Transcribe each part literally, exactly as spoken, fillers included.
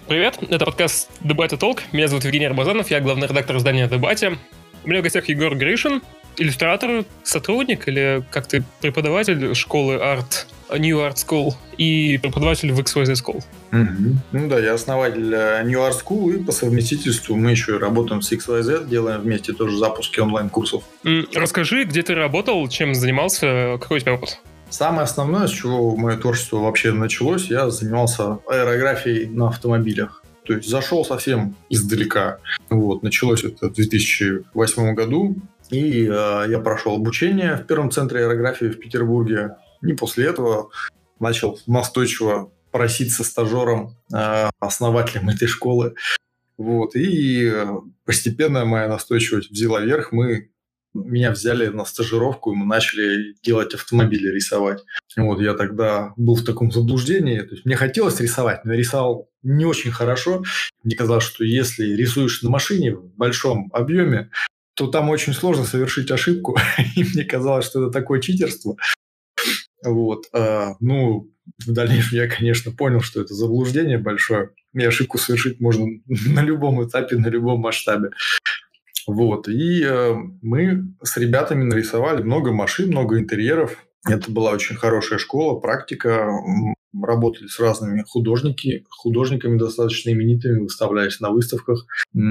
Привет, это подкаст «Дебате Толк». Меня зовут Евгений Арбазанов, я главный редактор издания «Дебате». У меня в гостях Егор Гришин, иллюстратор, сотрудник или как ты, преподаватель школы Art, New Art School и преподаватель в икс уай зет School. Mm-hmm. Ну да, я основатель New Art School, и по совместительству мы еще работаем с икс уай зет, делаем вместе тоже запуски онлайн-курсов. Расскажи, где ты работал, чем занимался, какой у тебя опыт? Самое основное, с чего мое творчество вообще началось, я занимался аэрографией на автомобилях. То есть зашел совсем издалека. Вот, началось это в две тысячи восьмом году, и э, я прошел обучение в первом центре аэрографии в Петербурге. И после этого начал настойчиво проситься стажером, э, основателем этой школы. Вот, и постепенно моя настойчивость взяла верх. Мы Меня взяли на стажировку, и мы начали делать автомобили, рисовать. Вот, я тогда был в таком заблуждении. То есть мне хотелось рисовать, но я рисовал не очень хорошо. Мне казалось, что если рисуешь на машине в большом объеме, то там очень сложно совершить ошибку. И мне казалось, что это такое читерство. Вот. А, ну, в дальнейшем я, конечно, понял, что это заблуждение большое. И ошибку совершить можно на любом этапе, на любом масштабе. Вот. И э, мы с ребятами нарисовали много машин, много интерьеров. Это была очень хорошая школа, практика. Работали с разными художники, художниками достаточно именитыми, выставлялись на выставках.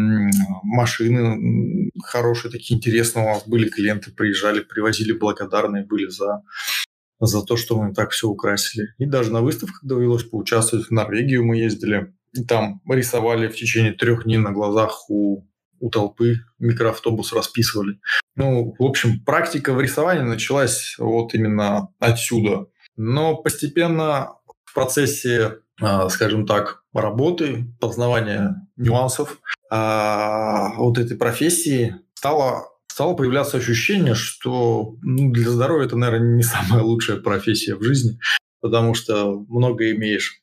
Машины хорошие, такие интересные у нас были. Клиенты приезжали, привозили, благодарные были за, за то, что мы так все украсили. И даже на выставках довелось поучаствовать. В Норвегию мы ездили. И там рисовали в течение трех дней на глазах у у толпы, микроавтобус расписывали. Ну, в общем, практика в рисовании началась вот именно отсюда. Но постепенно в процессе, скажем так, работы, познавания нюансов вот этой профессии стало, стало появляться ощущение, что ну, для здоровья это, наверное, не самая лучшая профессия в жизни, потому что много имеешь,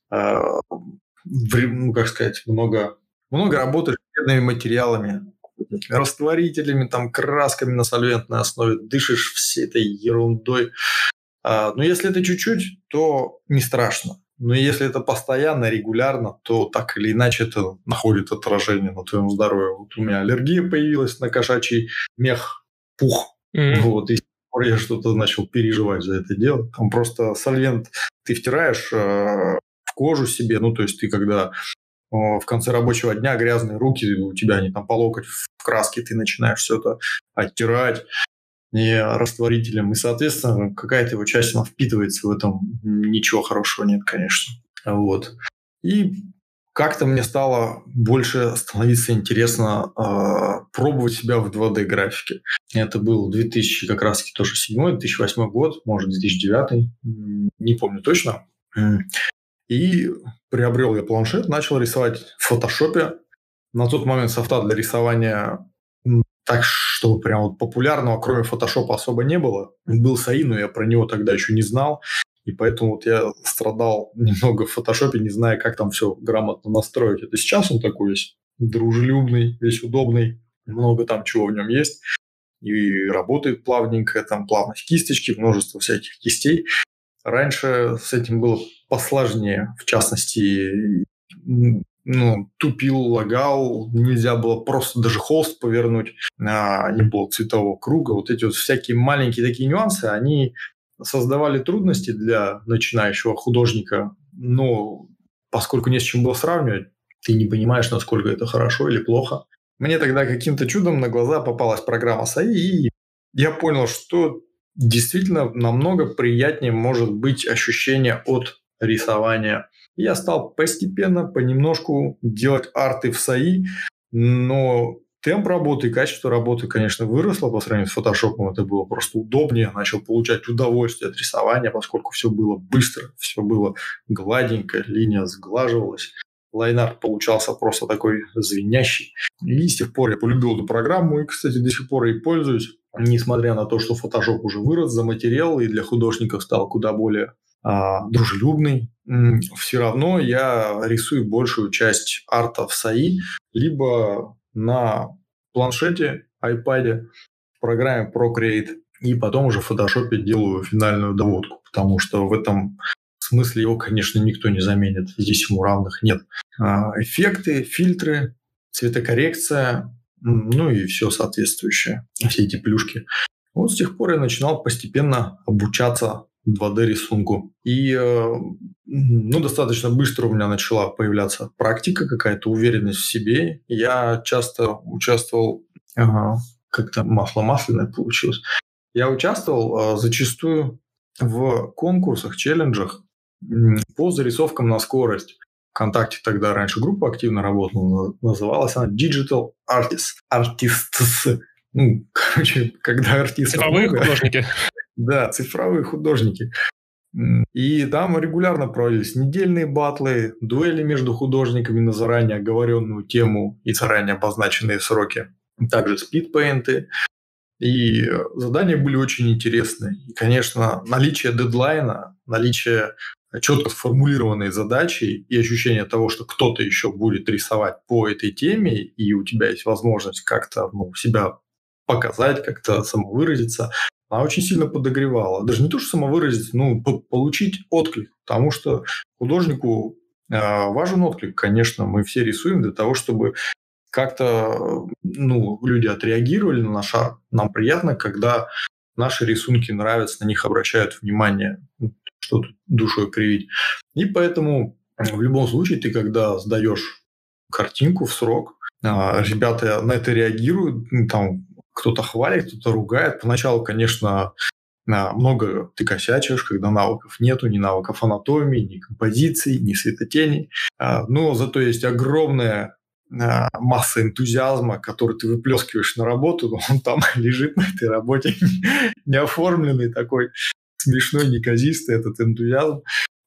ну, как сказать, много... Много работаешь с вредными материалами, растворителями, там, красками на сольвентной основе, дышишь всей этой ерундой. А, но если это чуть-чуть, то не страшно. Но если это постоянно, регулярно, то так или иначе это находит отражение на твоем здоровье. Вот у меня аллергия появилась на кошачий мех, пух. Mm-hmm. Вот, и с тех пор я что-то начал переживать за это дело. Там просто сольвент ты втираешь э, в кожу себе, ну, то есть ты когда... в конце рабочего дня грязные руки, у тебя они там по локоть в краске, ты начинаешь все это оттирать и растворителем, и, соответственно, какая-то его часть, она впитывается в этом, ничего хорошего нет, конечно. Вот. И как-то мне стало больше становиться интересно э, пробовать себя в два дэ-графике. Это был две тысячи, как раз тоже седьмой, две тысячи восьмой год, может, две тысячи девятый, не помню точно. И приобрел я планшет, начал рисовать в фотошопе. На тот момент софта для рисования так, чтобы прям вот популярного, кроме фотошопа, особо не было. Был си эй ай, но я про него тогда еще не знал. И поэтому вот я страдал немного в фотошопе, не зная, как там все грамотно настроить. Это сейчас он такой весь дружелюбный, весь удобный. Много там чего в нем есть. И работает плавненько, там плавность кисточки, множество всяких кистей. Раньше с этим было посложнее, в частности, ну, тупил, лагал, нельзя было просто даже холст повернуть, а, не было цветового круга. Вот эти вот всякие маленькие такие нюансы, они создавали трудности для начинающего художника, но поскольку не с чем было сравнивать, ты не понимаешь, насколько это хорошо или плохо. Мне тогда каким-то чудом на глаза попалась программа си эй ай, и я понял, что действительно намного приятнее может быть ощущение от рисования. Я стал постепенно, понемножку делать арты в си эй ай, но темп работы и качество работы, конечно, выросло по сравнению с фотошопом. Это было просто удобнее. Начал получать удовольствие от рисования, поскольку все было быстро, все было гладенько, линия сглаживалась. Лайнарт получался просто такой звенящий. И с тех пор я полюбил эту программу и, кстати, до сих пор ей пользуюсь. Несмотря на то, что Photoshop уже вырос за материал и для художников стал куда более а, дружелюбный, все равно я рисую большую часть арта в си эй ай либо на планшете, iPad, в программе Procreate, и потом уже в Photoshop делаю финальную доводку, потому что в этом В смысле, его, конечно, никто не заменит. Здесь ему равных нет. Эффекты, фильтры, цветокоррекция, ну и все соответствующее. Все эти плюшки. Вот с тех пор я начинал постепенно обучаться два дэ рисунку. И ну, достаточно быстро у меня начала появляться практика, какая-то уверенность в себе. Я часто участвовал, ага, как-то масло масляное получилось. Я участвовал зачастую в конкурсах, челленджах по зарисовкам на скорость. ВКонтакте тогда раньше группа активно работала, называлась она Digital Artists. Artists. Ну, короче, когда артистов Цифровые много, художники. Да, цифровые художники. И там регулярно проводились недельные батлы, дуэли между художниками на заранее оговоренную тему и заранее обозначенные сроки. Также спидпейнты. И задания были очень интересные. И, конечно, наличие дедлайна, наличие четко сформулированной задачи и ощущение того, что кто-то еще будет рисовать по этой теме, и у тебя есть возможность как-то ну, себя показать, как-то самовыразиться, она очень сильно подогревала. Даже не то, что самовыразиться, ну, получить отклик. Потому что художнику э, важен отклик, конечно. Мы все рисуем для того, чтобы как-то ну, люди отреагировали на наш арт. Нам приятно, когда наши рисунки нравятся, на них обращают внимание, что тут душой кривить. И поэтому в любом случае ты, когда сдаешь картинку в срок, ребята на это реагируют, там кто-то хвалит, кто-то ругает. Поначалу, конечно, много ты косячишь, когда навыков нету, ни навыков анатомии, ни композиции, ни светотеней. Но зато есть огромная масса энтузиазма, который ты выплескиваешь на работу, он там лежит на этой работе неоформленный такой, смешной, неказистый этот энтузиазм.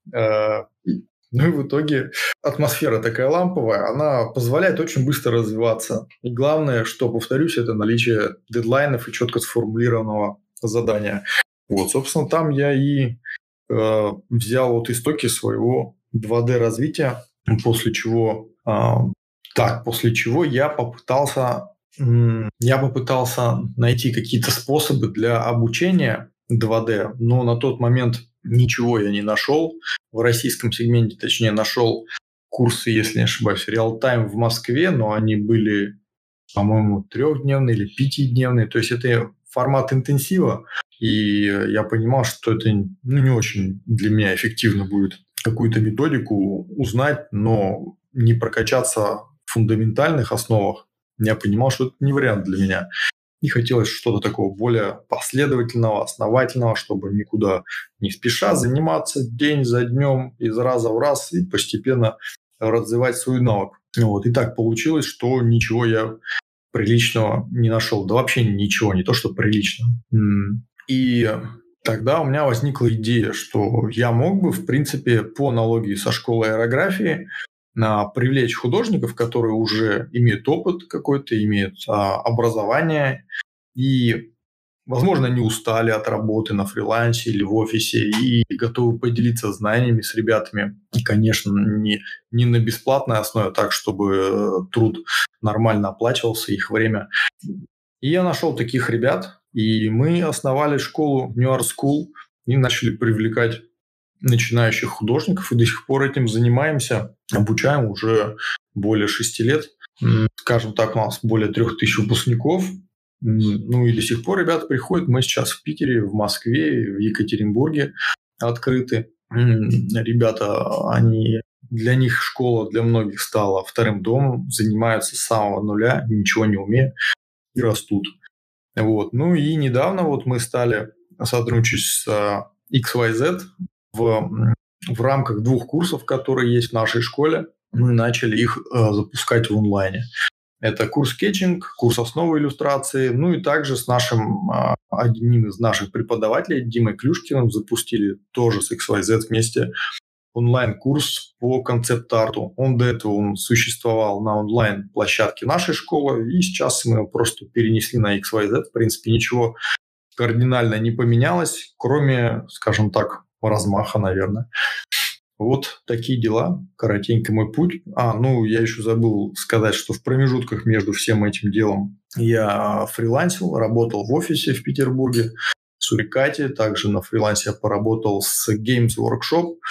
Ну и в итоге атмосфера такая ламповая, она позволяет очень быстро развиваться. И главное, что, повторюсь, это наличие дедлайнов и четко сформулированного задания. Вот, собственно, там я и э, взял вот истоки своего два дэ развития, после чего, э, так, после чего я попытался, м, я попытался найти какие-то способы для обучения два дэ, но на тот момент ничего я не нашел. В российском сегменте, точнее, нашел курсы, если не ошибаюсь, реал-тайм в Москве, но они были, по-моему, трехдневные или пятидневные. То есть это формат интенсива, и я понимал, что это ну, не очень для меня эффективно будет какую-то методику узнать, но не прокачаться в фундаментальных основах. Я понимал, что это не вариант для меня. И хотелось что-то такого более последовательного, основательного, чтобы никуда не спеша заниматься день за днем, из раза в раз и постепенно развивать свой навык. Вот. И так получилось, что ничего я приличного не нашел. Да вообще ничего, не то что прилично. И тогда у меня возникла идея, что я мог бы, в принципе, по аналогии со школой аэрографии, привлечь художников, которые уже имеют опыт какой-то, имеют а, образование и, возможно, не устали от работы на фрилансе или в офисе и готовы поделиться знаниями с ребятами. И, конечно, не, не на бесплатной основе, так, чтобы труд нормально оплачивался, их время. И я нашел таких ребят, и мы основали школу New Art School и начали привлекать начинающих художников, и до сих пор этим занимаемся, обучаем уже более шести лет. Скажем так, у нас более трех тысяч выпускников. Ну и до сих пор ребята приходят. Мы сейчас в Питере, в Москве, в Екатеринбурге открыты. Ребята, они, для них школа для многих стала вторым домом, занимаются с самого нуля, ничего не умея, и растут. Вот. Ну и недавно вот мы стали сотрудничать с икс вай зет, В, в рамках двух курсов, которые есть в нашей школе, мы начали их э, запускать в онлайне. Это курс скетчинг, курс основы иллюстрации, ну и также с нашим, э, одним из наших преподавателей, Димой Клюшкиным, запустили тоже с икс вай зет вместе онлайн-курс по концепт-арту. Он до этого он существовал на онлайн-площадке нашей школы, и сейчас мы его просто перенесли на икс вай зет. В принципе, ничего кардинально не поменялось, кроме, скажем так, размаха, наверное. Вот такие дела. Коротенько мой путь. А, ну, я еще забыл сказать, что в промежутках между всем этим делом я фрилансил, работал в офисе в Петербурге, в Сурикате. Также на фрилансе я поработал с Games Workshop.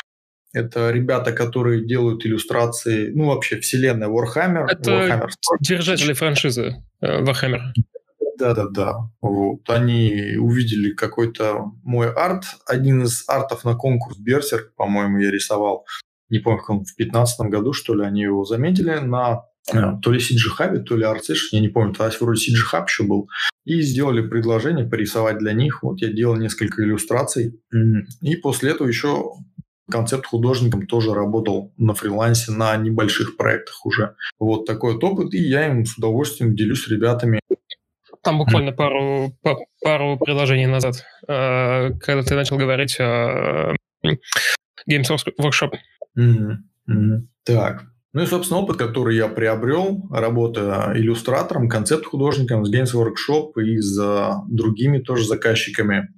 Это ребята, которые делают иллюстрации, ну, вообще вселенная Warhammer. Это Warhammer. держатели франшизы э, Warhammer. Да-да-да. Вот. Они увидели какой-то мой арт. Один из артов на конкурс Берсерк, по-моему, я рисовал. Не помню, как он в пятнадцатом году, что ли, они его заметили на то ли си джи Hub, то ли ArtStation, я не помню, тогда вроде си джи Hub еще был. И сделали предложение порисовать для них. Вот я делал несколько иллюстраций. И после этого еще концепт-художником тоже работал на фрилансе на небольших проектах уже. Вот такой вот опыт, и я им с удовольствием делюсь с ребятами. Там буквально пару, пару приложений назад, когда ты начал говорить о Games Workshop. Mm-hmm. Mm-hmm. Так. Ну и, собственно, опыт, который я приобрел, работая иллюстратором, концепт-художником с Games Workshop и с другими тоже заказчиками,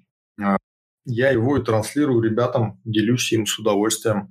я его и транслирую ребятам, делюсь им с удовольствием.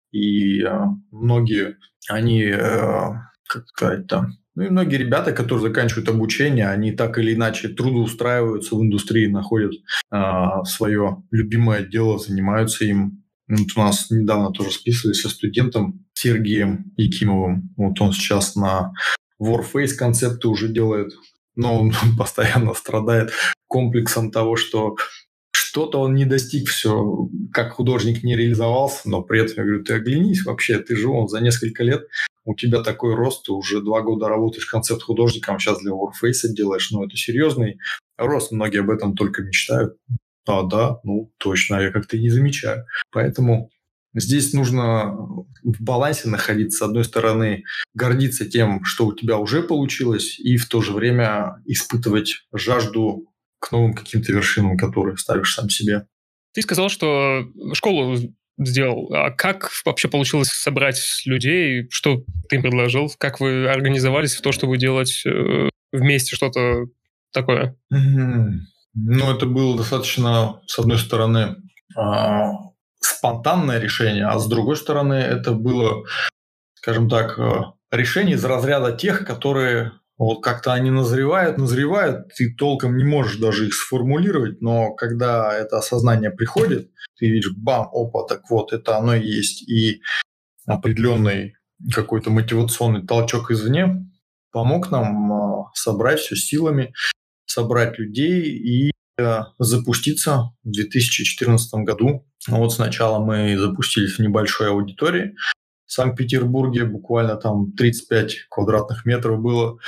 И э, многие, они, э, как сказать-то, ну и многие ребята, которые заканчивают обучение, они так или иначе трудоустраиваются в индустрии, находят э, свое любимое дело, занимаются им. Вот у нас недавно тоже списывались со студентом Сергеем Якимовым. Вот он сейчас на Warface концепты уже делает, но он постоянно страдает комплексом того, что что-то он не достиг, все, как художник не реализовался, но при этом я говорю, ты оглянись вообще, ты же он за несколько лет, у тебя такой рост, ты уже два года работаешь концепт-художником, сейчас для Warface делаешь, ну это серьезный рост, многие об этом только мечтают. А, да, ну точно, я как-то и не замечаю. Поэтому здесь нужно в балансе находиться. С одной стороны, гордиться тем, что у тебя уже получилось, и в то же время испытывать жажду к новым каким-то вершинам, которые ставишь сам себе. Ты сказал, что школу сделал. А как вообще получилось собрать людей? Что ты им предложил? Как вы организовались в то, чтобы делать э, вместе что-то такое? Mm-hmm. Ну, это было достаточно, с одной стороны, э, спонтанное решение, а с другой стороны, это было, скажем так, э, решение из разряда тех, которые вот как-то они назревают, назревают, ты толком не можешь даже их сформулировать, но когда это осознание приходит, ты видишь, бам, опа, так вот, это оно и есть. И определенный какой-то мотивационный толчок извне помог нам э, собрать все силами, собрать людей и э, запуститься в две тысячи четырнадцатом году. Вот сначала мы запустились в небольшой аудитории в Санкт-Петербурге, буквально там тридцать пять квадратных метров было,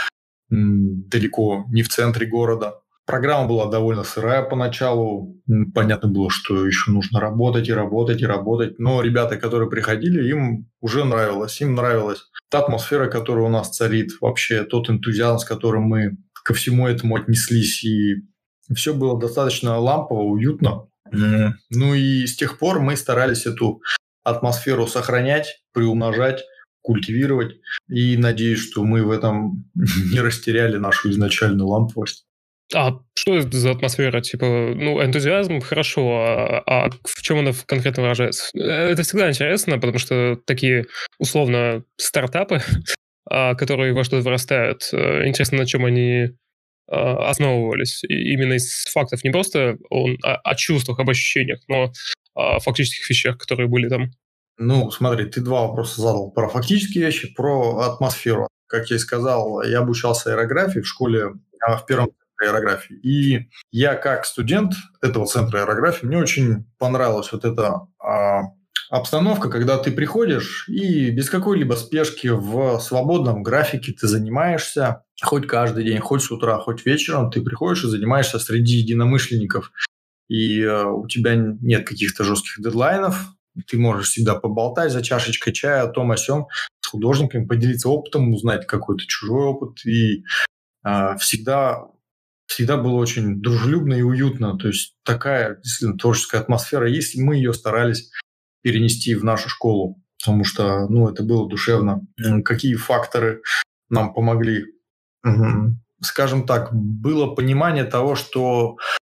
далеко не в центре города. Программа была довольно сырая поначалу. Понятно было, что еще нужно работать и работать и работать. Но ребята, которые приходили, им уже нравилось. Им нравилась та атмосфера, которая у нас царит. Вообще тот энтузиазм, с которым мы ко всему этому отнеслись. И все было достаточно лампово, уютно. Ну и с тех пор мы старались эту атмосферу сохранять, приумножать, культивировать. И надеюсь, что мы в этом не растеряли нашу изначальную ламповость. А что это за атмосфера? Типа, ну, энтузиазм, хорошо, а, а в чем она конкретно выражается? Это всегда интересно, потому что такие, условно, стартапы, которые во что-то вырастают, интересно, на чем они основывались. И именно из фактов, не просто он, о, о чувствах, об ощущениях, но о фактических вещах, которые были там. Ну, смотри, ты два вопроса задал. Про фактические вещи, про атмосферу. Как я и сказал, я обучался аэрографии в школе, в первом центре аэрографии. И я как студент этого центра аэрографии, мне очень понравилась вот эта а, обстановка, когда ты приходишь и без какой-либо спешки в свободном графике ты занимаешься, хоть каждый день, хоть с утра, хоть вечером, ты приходишь и занимаешься среди единомышленников. И а, у тебя нет каких-то жестких дедлайнов, ты можешь всегда поболтать за чашечкой чая о том, о сём, с художниками, поделиться опытом, узнать какой-то чужой опыт. И а, всегда, всегда было очень дружелюбно и уютно. То есть такая действительно творческая атмосфера есть, и мы ее старались перенести в нашу школу, потому что ну, это было душевно. Какие факторы нам помогли? Угу. Скажем так, было понимание того, что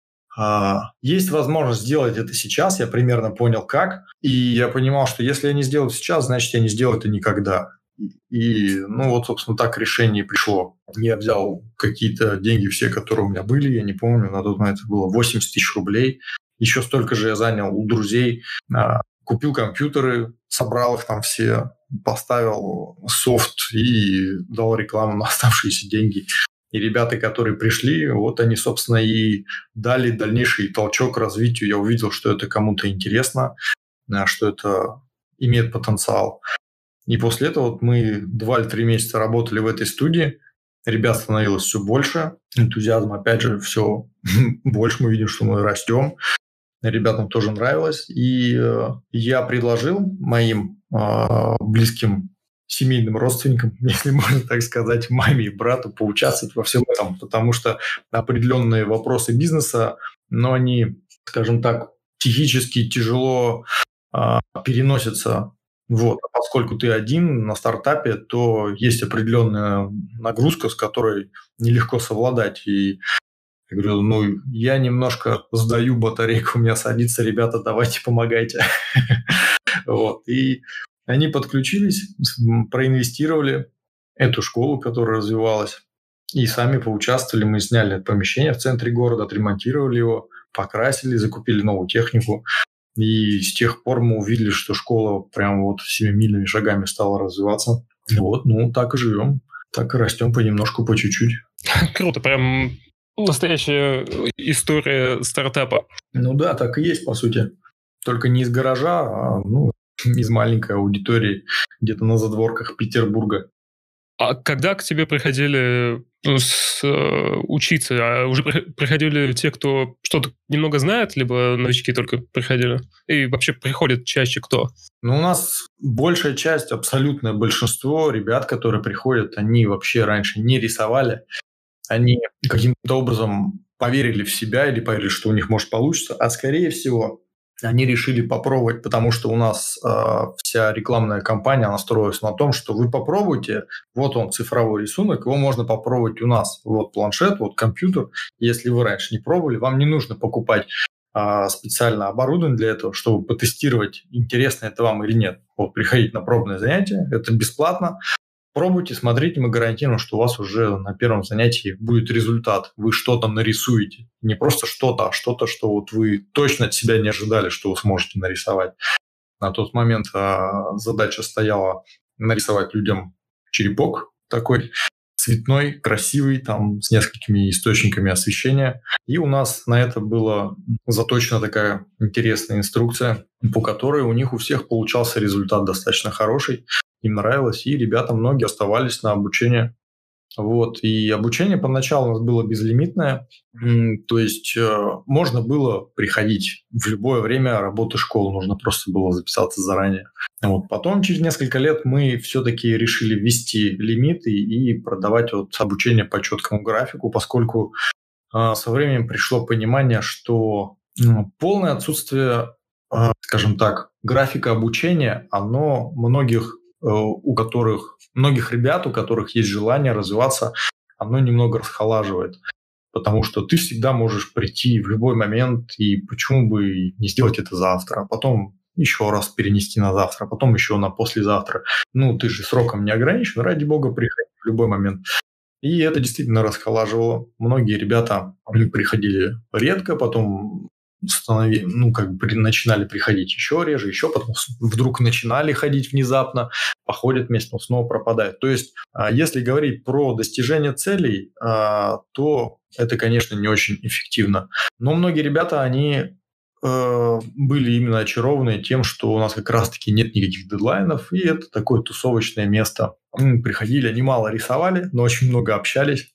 Uh, есть возможность сделать это сейчас, я примерно понял как, и я понимал, что если я не сделаю сейчас, значит, я не сделаю это никогда. И, ну, вот, собственно, так решение и пришло. Я взял какие-то деньги, все, которые у меня были, я не помню, на тот момент это было восемьдесят тысяч рублей. Еще столько же я занял у друзей, uh, купил компьютеры, собрал их там все, поставил софт и дал рекламу на оставшиеся деньги. И ребята, которые пришли, вот они, собственно, и дали дальнейший толчок развитию. Я увидел, что это кому-то интересно, что это имеет потенциал. И после этого вот мы два или три месяца работали в этой студии. Ребят становилось все больше, энтузиазм, опять же, все больше. Мы видим, что мы растем. Ребятам тоже нравилось. И э, я предложил моим э, близким семейным родственникам, если можно так сказать, маме и брату поучаствовать во всем этом, потому что определенные вопросы бизнеса, но они, скажем так, психически тяжело э, переносятся. Вот. А поскольку ты один на стартапе, то есть определенная нагрузка, с которой нелегко совладать. И я говорю, ну, я немножко сдаю батарейку, у меня садится, ребята, давайте помогайте. Вот. И они подключились, проинвестировали эту школу, которая развивалась, и сами поучаствовали. Мы сняли помещение в центре города, отремонтировали его, покрасили, закупили новую технику. И с тех пор мы увидели, что школа прям вот семимильными шагами стала развиваться. Вот, ну, так и живем, так и растем понемножку, по чуть-чуть. Круто, прям настоящая история стартапа. Ну да, так и есть, по сути. Только не из гаража, а ну, из маленькой аудитории, где-то на задворках Петербурга. А когда к тебе приходили ну, с, э, учиться? А уже приходили те, кто что-то немного знает, либо новички только приходили? И вообще приходят чаще кто? Ну, у нас большая часть, абсолютное большинство ребят, которые приходят, они вообще раньше не рисовали. Они каким-то образом поверили в себя или поверили, что у них может получиться, а скорее всего они решили попробовать, потому что у нас э, вся рекламная кампания, она строилась на том, что вы попробуйте, вот он цифровой рисунок, его можно попробовать у нас. Вот планшет, вот компьютер. Если вы раньше не пробовали, вам не нужно покупать э, специально оборудование для этого, чтобы потестировать, интересно это вам или нет. Вот приходить на пробное занятие, это бесплатно. Пробуйте, смотрите, мы гарантируем, что у вас уже на первом занятии будет результат. Вы что-то нарисуете. Не просто что-то, а что-то, что вот вы точно от себя не ожидали, что вы сможете нарисовать. На тот момент а, задача стояла нарисовать людям черепок такой цветной, красивый, там с несколькими источниками освещения. И у нас на это была заточена такая интересная инструкция, по которой у них у всех получался результат достаточно хороший. Им нравилось, и ребята многие оставались на обучение. Вот. И обучение поначалу у нас было безлимитное, то есть э, можно было приходить в любое время работы школы, нужно просто было записаться заранее. Вот. Потом, через несколько лет, мы все-таки решили ввести лимиты и продавать вот обучение по четкому графику, поскольку э, со временем пришло понимание, что э, полное отсутствие, э, скажем так, графика обучения, оно многих у которых, многих ребят, у которых есть желание развиваться, оно немного расхолаживает. Потому что ты всегда можешь прийти в любой момент, и почему бы не сделать это завтра, а потом еще раз перенести на завтра, а потом еще на послезавтра. Ну, ты же сроком не ограничен, ради бога, приходи в любой момент. И это действительно расхолаживало. Многие ребята приходили редко, потом станови, ну, как бы начинали приходить еще реже, еще потом вдруг начинали ходить внезапно, походят месяц, но снова пропадают. То есть, если говорить про достижение целей, то это, конечно, не очень эффективно. Но многие ребята, они были именно очарованы тем, что у нас как раз-таки нет никаких дедлайнов, и это такое тусовочное место. Приходили, они мало рисовали, но очень много общались.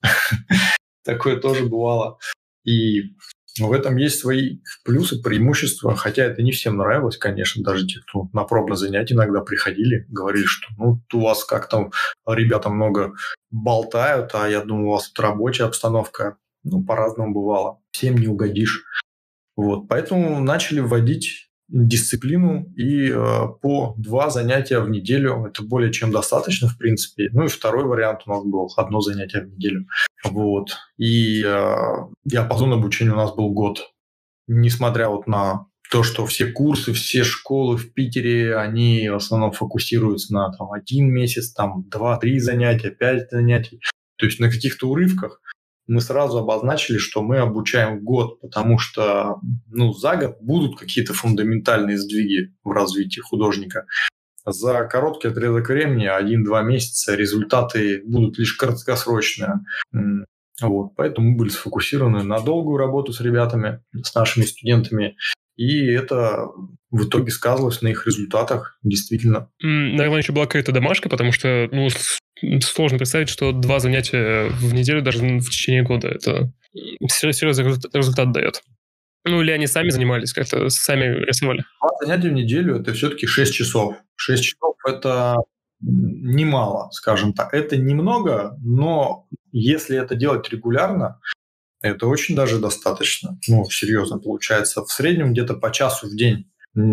Такое тоже бывало. И в этом есть свои плюсы, преимущества, хотя это не всем нравилось, конечно, даже те, кто на пробное занятие иногда приходили, говорили, что ну, у вас как там ребята много болтают, а я думаю, у вас тут рабочая обстановка. Ну, по-разному бывало. Всем не угодишь. Вот. Поэтому начали вводить дисциплину, и э, по два занятия в неделю. Это более чем достаточно, в принципе. Ну и второй вариант у нас был одно занятие в неделю. Вот. И э, диапазон обучения у нас был год. Несмотря вот на то, что все курсы, все школы в Питере, они в основном фокусируются на там, один месяц, там, два-три занятия, пять занятий. То есть на каких-то урывках. мы сразу обозначили, что мы обучаем год, потому что ну, за год будут какие-то фундаментальные сдвиги в развитии художника. За короткий отрезок времени, один-два месяца, результаты будут лишь краткосрочные. Вот. Поэтому мы были сфокусированы на долгую работу с ребятами, с нашими студентами, и это в итоге сказывалось на их результатах, действительно. Наверное, еще была какая-то домашка, потому что ну, сложно представить, что два занятия в неделю даже в течение года это серьезный результат дает. Ну, или они сами занимались, как-то сами рисовали? Два занятия в неделю – это все-таки шесть часов. шесть часов – это немало, скажем так. Это немного, но если это делать регулярно, это очень даже достаточно. Ну, серьезно, получается. В среднем где-то по часу в день.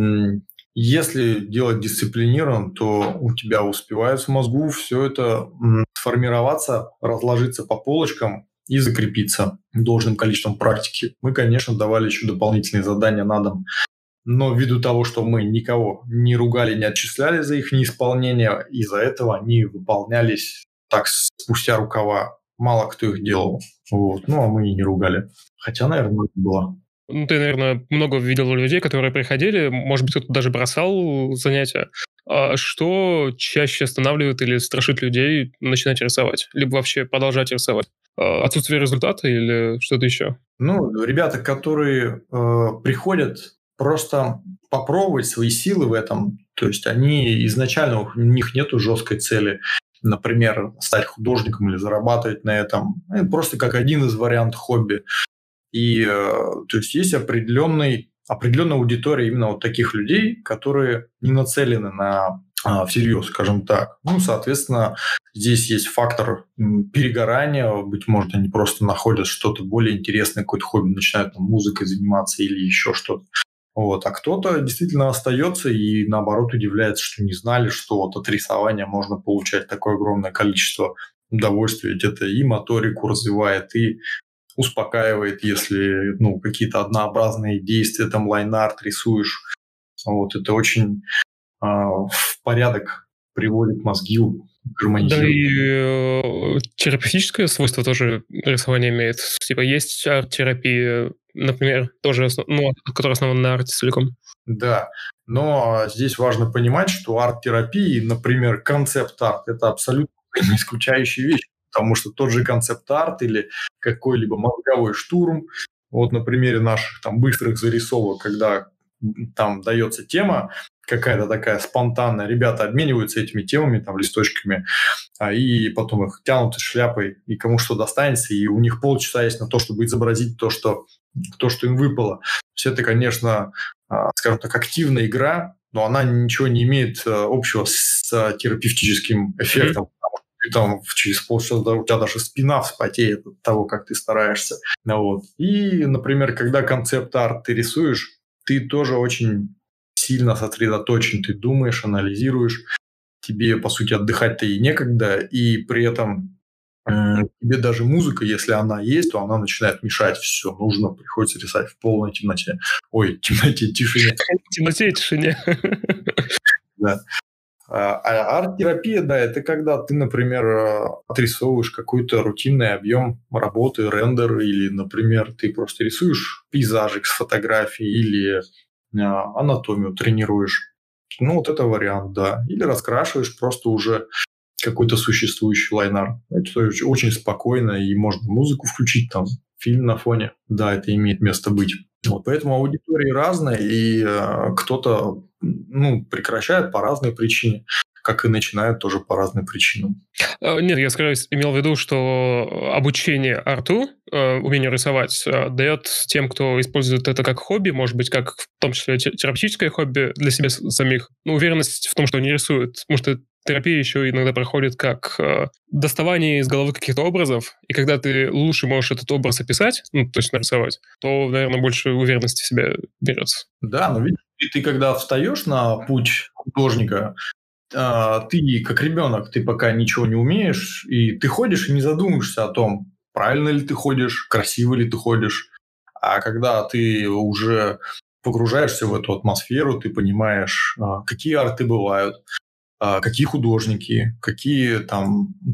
Если делать дисциплинированно, то у тебя успевает в мозгу все это сформироваться, разложиться по полочкам и закрепиться должным количеством практики. Мы, конечно, давали еще дополнительные задания на дом. Но ввиду того, что мы никого не ругали, не отчисляли за их неисполнение, из-за этого они выполнялись так спустя рукава. Мало кто их делал. Вот. Ну, а мы и не ругали. Хотя, наверное, это было. Ну, ты, наверное, много видел людей, которые приходили, может быть, кто-то даже бросал занятия. А что чаще останавливает или страшит людей начинать рисовать? Либо вообще продолжать рисовать? Отсутствие результата или что-то еще? Ну, ребята, которые э, приходят просто попробовать свои силы в этом, то есть они изначально, у них нету жесткой цели, например, стать художником или зарабатывать на этом. Это просто как один из вариантов хобби. И э, то есть есть определенный, определенная аудитория именно вот таких людей, которые не нацелены на а, всерьез, скажем так. Ну, соответственно, здесь есть фактор перегорания. Быть может, они просто находят что-то более интересное, какое-то хобби, начинают там, музыкой заниматься или еще что-то. Вот. А кто-то действительно остается и, наоборот, удивляется, что не знали, что вот от рисования можно получать такое огромное количество удовольствия. Ведь это и моторику развивает, и успокаивает, если ну, какие-то однообразные действия, там лайн-арт рисуешь. Вот. Это очень э, в порядок приводит мозги, гармонизирует. Да и э, терапевтическое свойство тоже рисование имеет. Типа есть арт-терапия, например, тоже, ну, которая основана на арте целиком. Да, но здесь важно понимать, что арт-терапия, например, концепт-арт – это абсолютно не исключающие вещи, потому что тот же концепт-арт или какой-либо мозговой штурм, вот на примере наших там быстрых зарисовок, когда там дается тема какая-то такая спонтанная, ребята обмениваются этими темами, там, листочками, а, и потом их тянут из шляпы, и кому что достанется, и у них полчаса есть на то, чтобы изобразить то, что, то, что им выпало. Все это, конечно, скажем так, активная игра, но она ничего не имеет общего с терапевтическим эффектом. Mm-hmm. Потому что ты там через полчаса у тебя даже спина вспотеет от того, как ты стараешься. Вот. И, например, когда концепт-арт ты рисуешь, ты тоже очень сильно сосредоточен, ты думаешь, анализируешь, тебе, по сути, отдыхать-то и некогда, и при этом тебе даже музыка, если она есть, то она начинает мешать. Все, нужно, приходится рисовать в полной темноте. Ой, темноте, тишине. В темноте и тишине. Да. А арт-терапия, да, это когда ты, например, отрисовываешь какой-то рутинный объем работы, рендер, или, например, ты просто рисуешь пейзажик с фотографией или анатомию тренируешь. Ну, вот это вариант, да. Или раскрашиваешь просто уже какой-то существующий лайн-арт. Это очень спокойно, и можно музыку включить, там, фильм на фоне. Да, это имеет место быть. Вот, поэтому аудитории разные, и э, кто-то ну, прекращает по разной причине, как и начинает тоже по разным причинам. Нет, я скорее имел в виду, что обучение арту, умению рисовать, дает тем, кто использует это как хобби, может быть, как в том числе терапевтическое хобби для себя самих, ну, уверенность в том, что они рисуют, потому что терапия еще иногда проходит как э, доставание из головы каких-то образов, и когда ты лучше можешь этот образ описать, ну, то есть нарисовать, то, наверное, больше уверенности в себе берется. Да, но видишь, ты когда встаешь на путь художника, э, ты как ребенок, ты пока ничего не умеешь, и ты ходишь и не задумываешься о том, правильно ли ты ходишь, красиво ли ты ходишь. А когда ты уже погружаешься в эту атмосферу, ты понимаешь, э, какие арты бывают, какие художники, какие там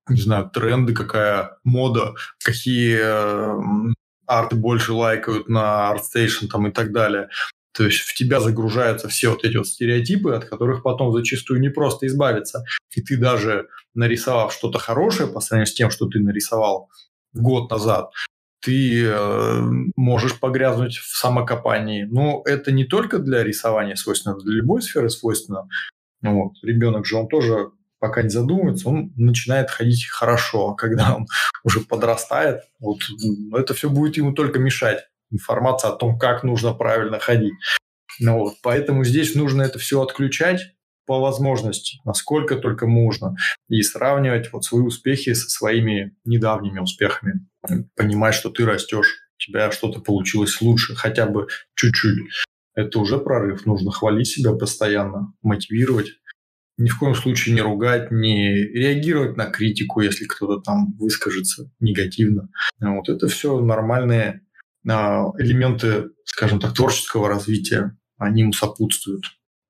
не знаю, тренды, какая мода, какие э, арты больше лайкают на ArtStation там, и так далее. То есть в тебя загружаются все вот эти вот стереотипы, от которых потом зачастую не просто избавиться. И ты даже нарисовав что-то хорошее по сравнению с тем, что ты нарисовал год назад, ты э, можешь погрязнуть в самокопании. Но это не только для рисования свойственно, для любой сферы свойственно. Вот. Ребенок же, он тоже пока не задумывается, он начинает ходить хорошо. А когда он уже подрастает, вот, это все будет ему только мешать. Информация о том, как нужно правильно ходить. Ну, вот. Поэтому здесь нужно это все отключать по возможности, насколько только можно, и сравнивать вот свои успехи со своими недавними успехами. Понимать, что ты растешь, у тебя что-то получилось лучше, хотя бы чуть-чуть. Это уже прорыв. Нужно хвалить себя постоянно, мотивировать. Ни в коем случае не ругать, не реагировать на критику, если кто-то там выскажется негативно. Вот это все нормальные элементы, скажем так, творческого развития. Они ему сопутствуют.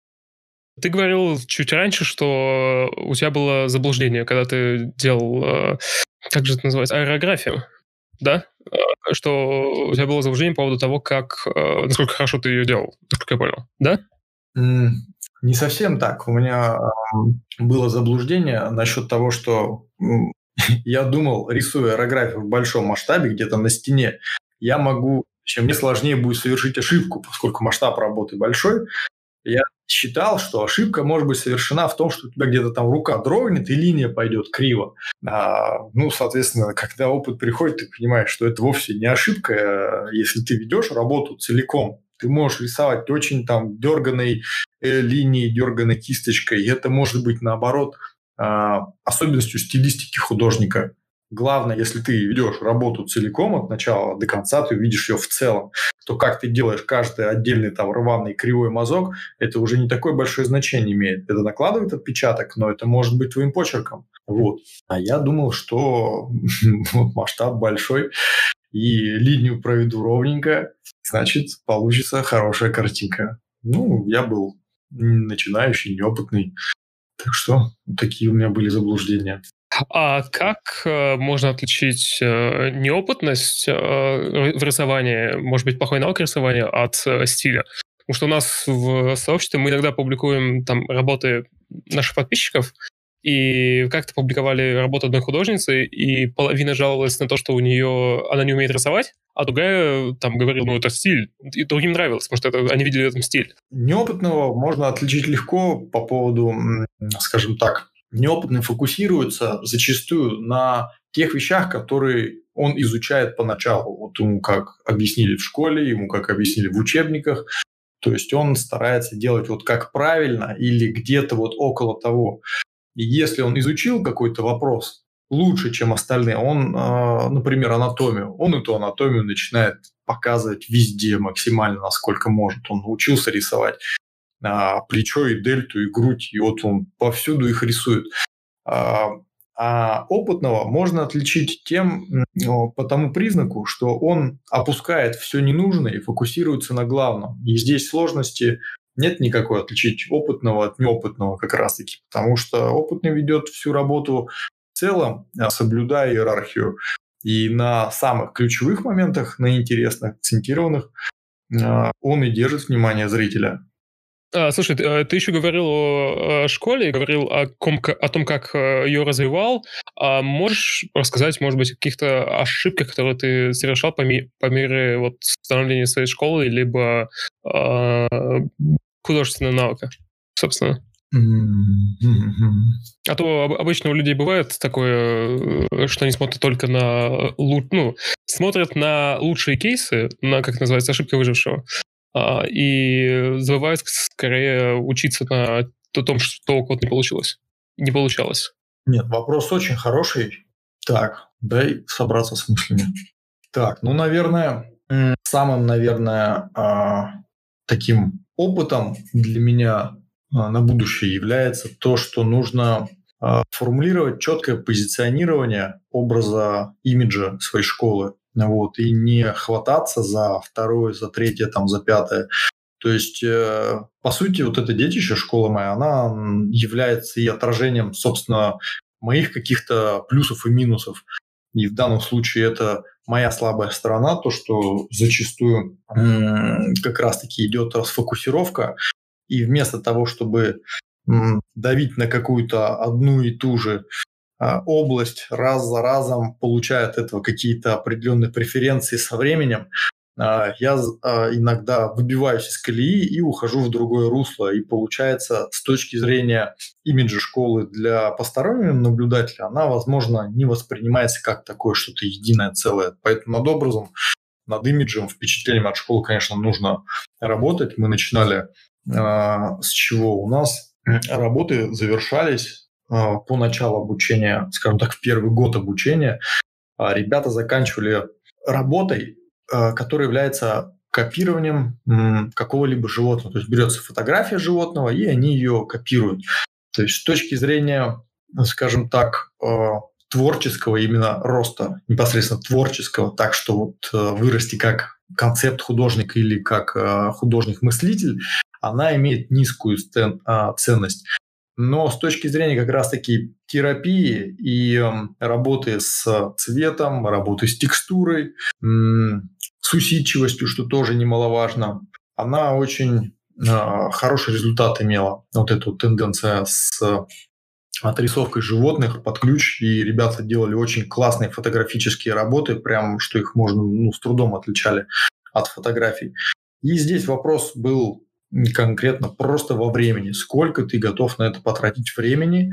Ты говорил чуть раньше, что у тебя было заблуждение, когда ты делал, как же это называется, аэрографию, да? Что у тебя было заблуждение по поводу того, как, насколько хорошо ты ее делал, насколько я понял, да? Mm, не совсем так. У меня было заблуждение насчет того, что я думал, рисуя аэрографию в большом масштабе, где-то на стене, я могу, чем мне сложнее будет совершить ошибку, поскольку масштаб работы большой. Я считал, что ошибка может быть совершена в том, что у тебя где-то там рука дрогнет и линия пойдет криво. А, ну, соответственно, когда опыт приходит, ты понимаешь, что это вовсе не ошибка. Если ты ведешь работу целиком, ты можешь рисовать очень там дерганой э, линией, дерганой кисточкой. И это может быть, наоборот, э, особенностью стилистики художника. Главное, если ты ведешь работу целиком от начала до конца, ты видишь ее в целом, то как ты делаешь каждый отдельный там рваный кривой мазок, это уже не такое большое значение имеет. Это накладывает отпечаток, но это может быть твоим почерком. Вот. А я думал, что масштаб большой, и линию проведу ровненько, значит, получится хорошая картинка. Ну, я был начинающий, неопытный. Так что такие у меня были заблуждения. А как э, можно отличить э, неопытность э, в рисовании, может быть, плохой навык рисования от э, стиля? Потому что у нас в сообществе мы иногда публикуем там работы наших подписчиков, и как-то публиковали работу одной художницы, и половина жаловалась на то, что у нее она не умеет рисовать, а другая там говорила, ну, это стиль. И другим нравилось, потому что это, они видели в этом стиль. Неопытного можно отличить легко по поводу, скажем так, неопытный фокусируется зачастую на тех вещах, которые он изучает поначалу. Вот ему как объяснили в школе, ему как объяснили в учебниках. То есть он старается делать вот как правильно или где-то вот около того. И если он изучил какой-то вопрос лучше, чем остальные, он, например, анатомию, он эту анатомию начинает показывать везде максимально, насколько может. Он научился рисовать плечо и дельту, и грудь, и вот он повсюду их рисует. А, а опытного можно отличить тем, ну, по тому признаку, что он опускает все ненужное и фокусируется на главном. И здесь сложности нет никакой отличить опытного от неопытного как раз-таки, потому что опытный ведет всю работу в целом, соблюдая иерархию. И на самых ключевых моментах, на интересных, акцентированных, он и держит внимание зрителя. А, слушай, ты, ты еще говорил о, о школе, говорил о, ком, о том, как ее развивал. А можешь рассказать, может быть, о каких-то ошибках, которые ты совершал по, ми, по мере вот, становления своей школы, либо э, художественного навыка, собственно? Mm-hmm. А то обычно у людей бывает такое, что они смотрят только на... Ну, смотрят на лучшие кейсы, на, как называется, ошибка выжившего, и забывают скорее учиться на том, что у кого-то не получилось. Не получалось. Нет, вопрос очень хороший. Так, дай собраться с мыслями. Так, ну, наверное, самым, наверное, таким опытом для меня на будущее является то, что нужно формулировать четкое позиционирование образа, имиджа своей школы. Вот, и не хвататься за второе, за третье, там, за пятое. То есть, э, по сути, вот это детище, школа моя, она является и отражением, собственно, моих каких-то плюсов и минусов. И в данном случае это моя слабая сторона, то, что зачастую м- как раз-таки идет расфокусировка, и вместо того, чтобы м- давить на какую-то одну и ту же а, область, раз за разом получая от этого какие-то определенные преференции со временем, а, я а, иногда выбиваюсь из колеи и ухожу в другое русло. И получается, с точки зрения имиджа школы для постороннего наблюдателя, она, возможно, не воспринимается как такое что-то единое целое. Поэтому над образом, над имиджем, впечатлением от школы, конечно, нужно работать. Мы начинали а, с чего? У нас работы завершались а, по началу обучения, скажем так, в первый год обучения. А, ребята заканчивали работой, который является копированием м, какого-либо животного. То есть берется фотография животного, и они ее копируют. То есть с точки зрения, скажем так, э, творческого именно роста, непосредственно творческого, так что вот э, вырасти как концепт художника или как э, художник-мыслитель, она имеет низкую стен, э, ценность. Но с точки зрения как раз-таки терапии и э, работы с цветом, работы с текстурой, м, с усидчивостью, что тоже немаловажно, она очень э, хороший результат имела. Вот эта вот тенденция с отрисовкой животных под ключ, и ребята делали очень классные фотографические работы, прям что их можно, ну, с трудом отличали от фотографий. И здесь вопрос был конкретно просто во времени. Сколько ты готов на это потратить времени?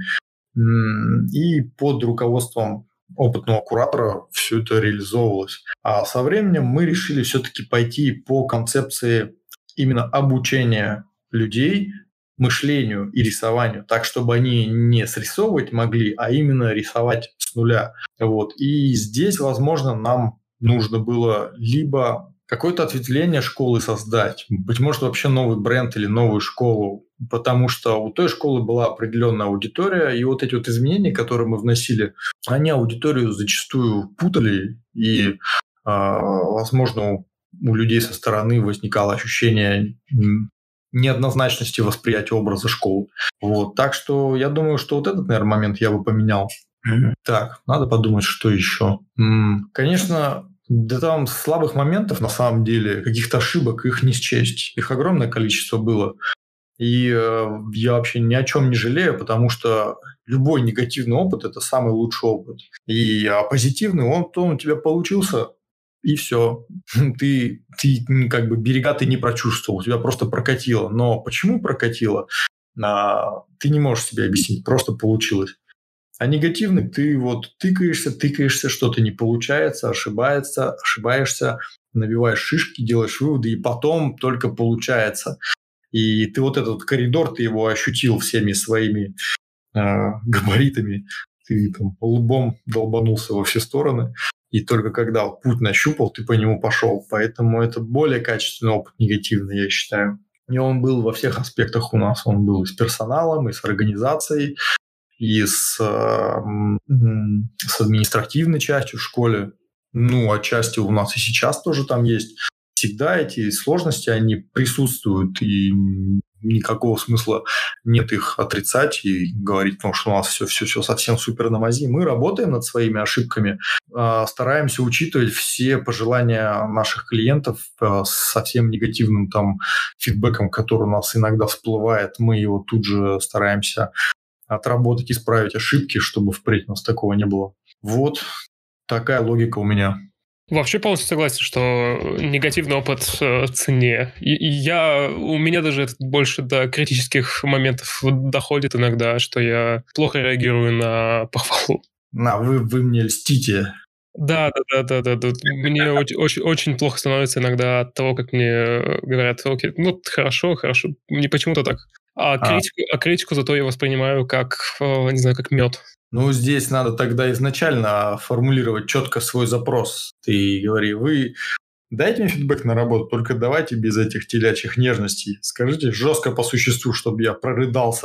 И под руководством опытного куратора все это реализовывалось. А со временем мы решили все-таки пойти по концепции именно обучения людей мышлению и рисованию, так, чтобы они не срисовывать могли, а именно рисовать с нуля. Вот. И здесь, возможно, нам нужно было либо какое-то ответвление школы создать, быть может, вообще новый бренд или новую школу, потому что у той школы была определенная аудитория, и вот эти вот изменения, которые мы вносили, они аудиторию зачастую путали, и, возможно, у людей со стороны возникало ощущение неоднозначности восприятия образа школы. Вот. Так что я думаю, что вот этот, наверное, момент я бы поменял. Mm-hmm. Так, надо подумать, что еще. М-м, конечно, да там слабых моментов, на самом деле, каких-то ошибок, их не счесть. Их огромное количество было. И э, я вообще ни о чем не жалею, потому что любой негативный опыт – это самый лучший опыт. И а позитивный, он, он у тебя получился, и все. Ты, ты как бы берега ты не прочувствовал, тебя просто прокатило. Но почему прокатило, а, ты не можешь себе объяснить, просто получилось. А негативный ты вот тыкаешься, тыкаешься, что-то не получается, ошибается, ошибаешься, набиваешь шишки, делаешь выводы, и потом только получается. И ты вот этот коридор, ты его ощутил всеми своими э, габаритами, ты там лбом долбанулся во все стороны. И только когда путь нащупал, ты по нему пошел. Поэтому это более качественный опыт негативный, я считаю. И он был во всех аспектах у нас. Он был и с персоналом, и с организацией, и с, с административной частью в школе. Ну, отчасти у нас и сейчас тоже там есть. Всегда эти сложности, они присутствуют, и никакого смысла нет их отрицать и говорить, потому что у нас все-все-все совсем супер на мази. Мы работаем над своими ошибками, стараемся учитывать все пожелания наших клиентов с совсем негативным там фидбэком, который у нас иногда всплывает. Мы его тут же стараемся отработать, исправить ошибки, чтобы впредь у нас такого не было. Вот такая логика у меня. Вообще полностью согласен, что негативный опыт э, ценнее. И, и я, у меня даже это больше до критических моментов доходит иногда, что я плохо реагирую на похвалу. На, вы, вы мне льстите. Да, да, да, да, да. Мне очень, очень, очень плохо становится иногда от того, как мне говорят, окей, ну хорошо, хорошо, не почему-то так. А критику, а. а критику зато я воспринимаю как, не знаю, как мед. Ну, здесь надо тогда изначально формулировать четко свой запрос. Ты говори, вы дайте мне фидбэк на работу, только давайте без этих телячьих нежностей. Скажите жестко по существу, чтобы я прорыдался.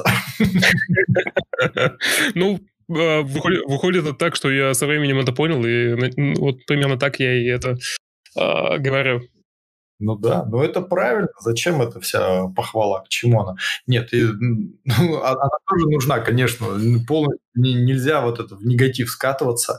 Ну, выходит это так, что я со временем это понял, и вот примерно так я и это говорю. Ну да, но это правильно. Зачем эта вся похвала? К чему она? Нет, и, ну, а- она тоже нужна, конечно. Н- полностью не- нельзя вот это в негатив скатываться.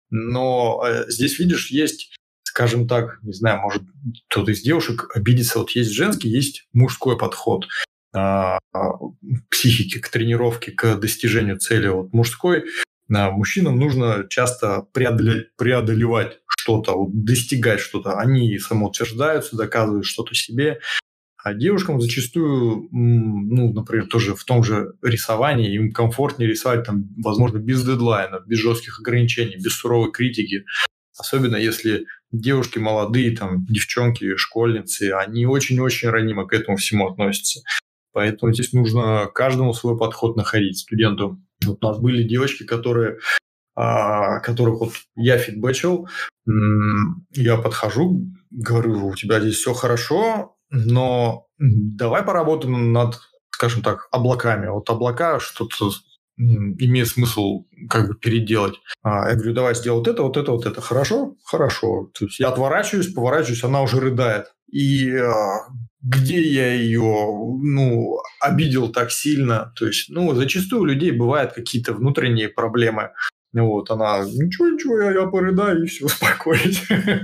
Но э, здесь, видишь, есть, скажем так, не знаю, может, кто-то из девушек обидится. Вот есть женский, есть мужской подход а, а, к психике, к тренировке, к достижению цели. Вот мужской а, мужчинам нужно часто преодоле- преодолевать что-то, вот достигать что-то. Они самоутверждаются, доказывают что-то себе. А девушкам зачастую, м, ну, например, тоже в том же рисовании, им комфортнее рисовать, там, возможно, без дедлайнов, без жестких ограничений, без суровой критики. Особенно если девушки молодые, там, девчонки, школьницы, они очень-очень ранимо к этому всему относятся. Поэтому здесь нужно каждому свой подход находить, студенту. Вот у нас были девочки, которые а, которых вот я фидбэчил, м, я подхожу, говорю, у тебя здесь все хорошо, но давай поработаем над, скажем так, облаками. Вот облака что-то м, имеет смысл как бы переделать. А, я говорю, давай сделай вот это, вот это, вот это. Хорошо? Хорошо. То есть я отворачиваюсь, поворачиваюсь, она уже рыдает. И а, где я ее, ну, обидел так сильно? То есть, ну, зачастую у людей бывают какие-то внутренние проблемы. Вот, она, ничего, ничего, я, я порыдаю, и все, успокоить.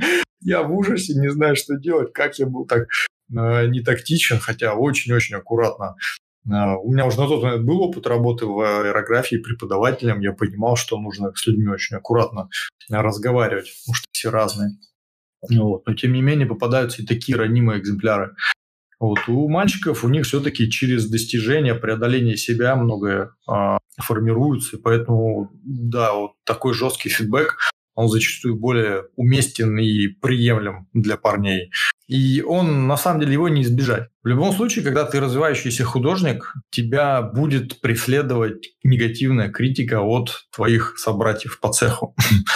Я в ужасе, не знаю, что делать, как я был так э, не тактичен, хотя очень-очень аккуратно. Э, у меня уже на тот момент был опыт работы в аэрографии преподавателем, я понимал, что нужно с людьми очень аккуратно разговаривать, потому что все разные. Вот. Но, тем не менее, попадаются и такие ранимые экземпляры. Вот. У мальчиков, у них все-таки через достижение, преодоление себя многое а, формируется, и поэтому, да, вот такой жесткий фидбэк, он зачастую более уместен и приемлем для парней. И он, на самом деле, его не избежать. В любом случае, когда ты развивающийся художник, тебя будет преследовать негативная критика от твоих собратьев по цеху.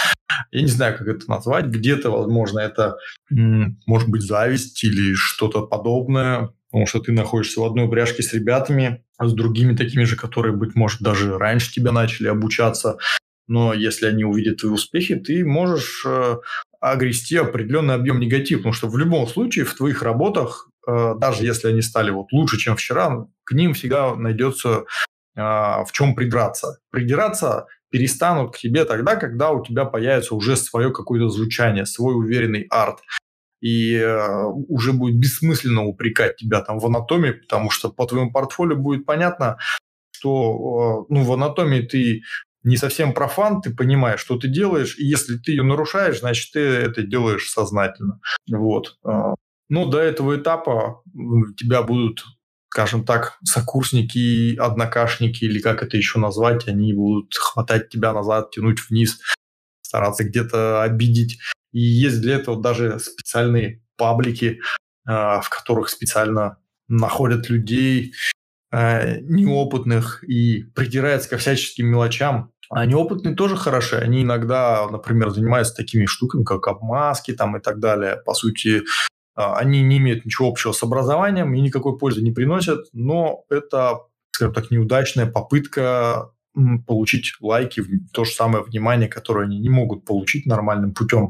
Я не знаю, как это назвать. Где-то, возможно, это м, может быть зависть или что-то подобное, потому что ты находишься в одной упряжке с ребятами, с другими такими же, которые, быть может, даже раньше тебя начали обучаться. Но если они увидят твои успехи, ты можешь э, огрести определенный объем негатива, потому что в любом случае в твоих работах, э, даже если они стали вот лучше, чем вчера, к ним всегда найдется а, в чем придраться. Придираться перестанут к тебе тогда, когда у тебя появится уже свое какое-то звучание, свой уверенный арт. И э, уже будет бессмысленно упрекать тебя там в анатомии, потому что по твоему портфолио будет понятно, что э, ну, в анатомии ты не совсем профан, ты понимаешь, что ты делаешь, и если ты ее нарушаешь, значит, ты это делаешь сознательно. Вот. Э, Но до этого этапа тебя будут, скажем так, сокурсники, однокашники, или как это еще назвать, они будут хватать тебя назад, тянуть вниз, стараться где-то обидеть. И есть для этого даже специальные паблики, а, в которых специально находят людей э, неопытных и придираются ко всяческим мелочам. А неопытные тоже хороши. Они иногда, например, занимаются такими штуками, как обмазки там и так далее. По сути, а, они не имеют ничего общего с образованием и никакой пользы не приносят, но это, скажем так, неудачная попытка м, получить лайки, в- то же самое внимание, которое они не могут получить нормальным путем.